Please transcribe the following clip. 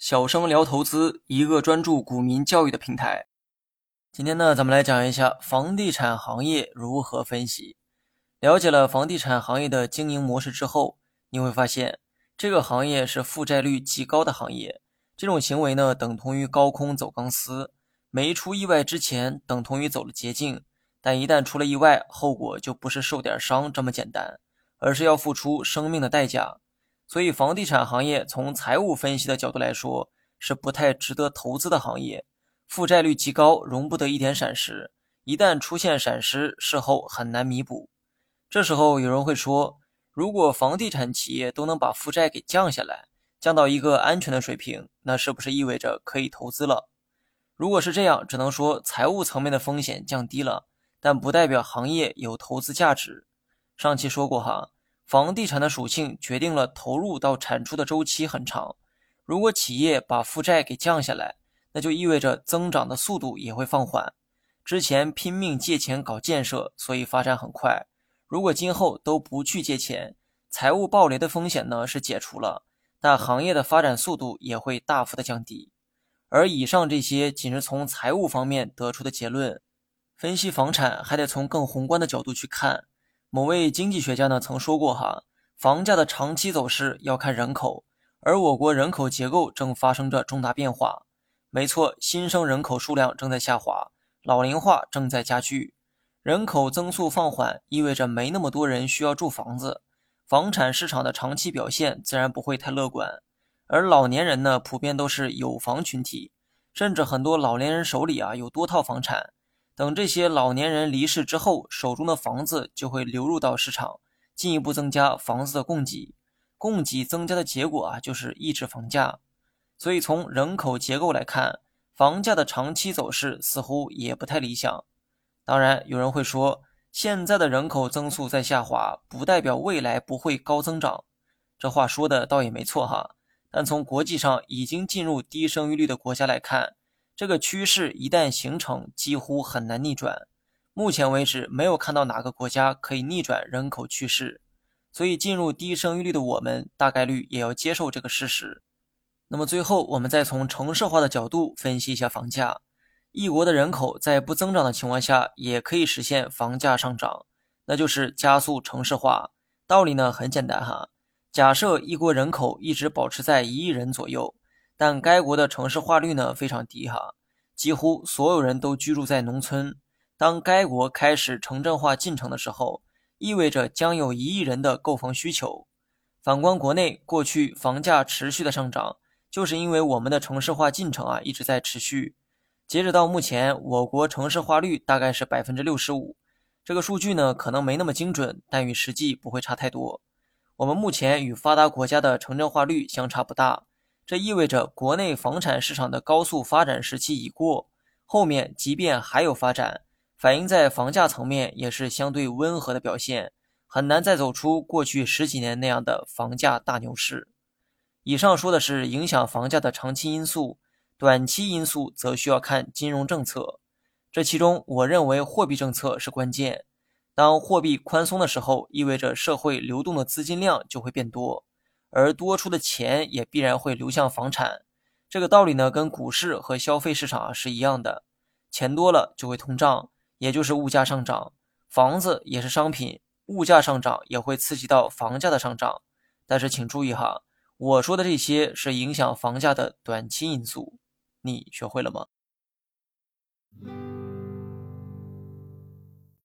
小生聊投资，一个专注股民教育的平台。今天呢，咱们来讲一下房地产行业如何分析。了解了房地产行业的经营模式之后，你会发现这个行业是负债率极高的行业。这种行为呢，等同于高空走钢丝，没出意外之前等同于走了捷径，但一旦出了意外，后果就不是受点伤这么简单，而是要付出生命的代价。所以房地产行业从财务分析的角度来说，是不太值得投资的行业。负债率极高，容不得一点闪失，一旦出现闪失，事后很难弥补。这时候有人会说，如果房地产企业都能把负债给降下来，降到一个安全的水平，那是不是意味着可以投资了？如果是这样，只能说财务层面的风险降低了，但不代表行业有投资价值。上期说过哈，房地产的属性决定了投入到产出的周期很长。如果企业把负债给降下来，那就意味着增长的速度也会放缓。之前拼命借钱搞建设，所以发展很快。如果今后都不去借钱，财务暴雷的风险呢是解除了，但行业的发展速度也会大幅的降低。而以上这些仅是从财务方面得出的结论，分析房产还得从更宏观的角度去看。某位经济学家呢曾说过哈，房价的长期走势要看人口，而我国人口结构正发生着重大变化。没错，新生人口数量正在下滑，老龄化正在加剧，人口增速放缓，意味着没那么多人需要住房子，房产市场的长期表现自然不会太乐观。而老年人呢，普遍都是有房群体，甚至很多老年人手里有多套房产。等这些老年人离世之后，手中的房子就会流入到市场，进一步增加房子的供给。供给增加的结果就是抑制房价。所以从人口结构来看，房价的长期走势似乎也不太理想。当然，有人会说，现在的人口增速在下滑，不代表未来不会高增长。这话说的倒也没错哈。但从国际上已经进入低生育率的国家来看，这个趋势一旦形成，几乎很难逆转。目前为止，没有看到哪个国家可以逆转人口趋势。所以进入低生育率的我们，大概率也要接受这个事实。那么最后，我们再从城市化的角度分析一下房价。一国的人口在不增长的情况下，也可以实现房价上涨，那就是加速城市化。道理呢很简单哈。假设一国人口一直保持在1亿人左右，但该国的城市化率呢非常低哈，几乎所有人都居住在农村。当该国开始城镇化进程的时候，意味着将有1亿人的购房需求。反观国内，过去房价持续的上涨，就是因为我们的城市化进程一直在持续。截止到目前，我国城市化率大概是 65%。这个数据呢可能没那么精准，但与实际不会差太多。我们目前与发达国家的城镇化率相差不大，这意味着国内房产市场的高速发展时期已过，后面即便还有发展，反映在房价层面也是相对温和的表现，很难再走出过去10几年那样的房价大牛市。以上说的是影响房价的长期因素，短期因素则需要看金融政策。这其中我认为货币政策是关键。当货币宽松的时候，意味着社会流动的资金量就会变多，而多出的钱也必然会流向房产。这个道理呢，跟股市和消费市场是一样的，钱多了就会通胀，也就是物价上涨。房子也是商品，物价上涨也会刺激到房价的上涨。但是请注意哈，我说的这些是影响房价的短期因素。你学会了吗？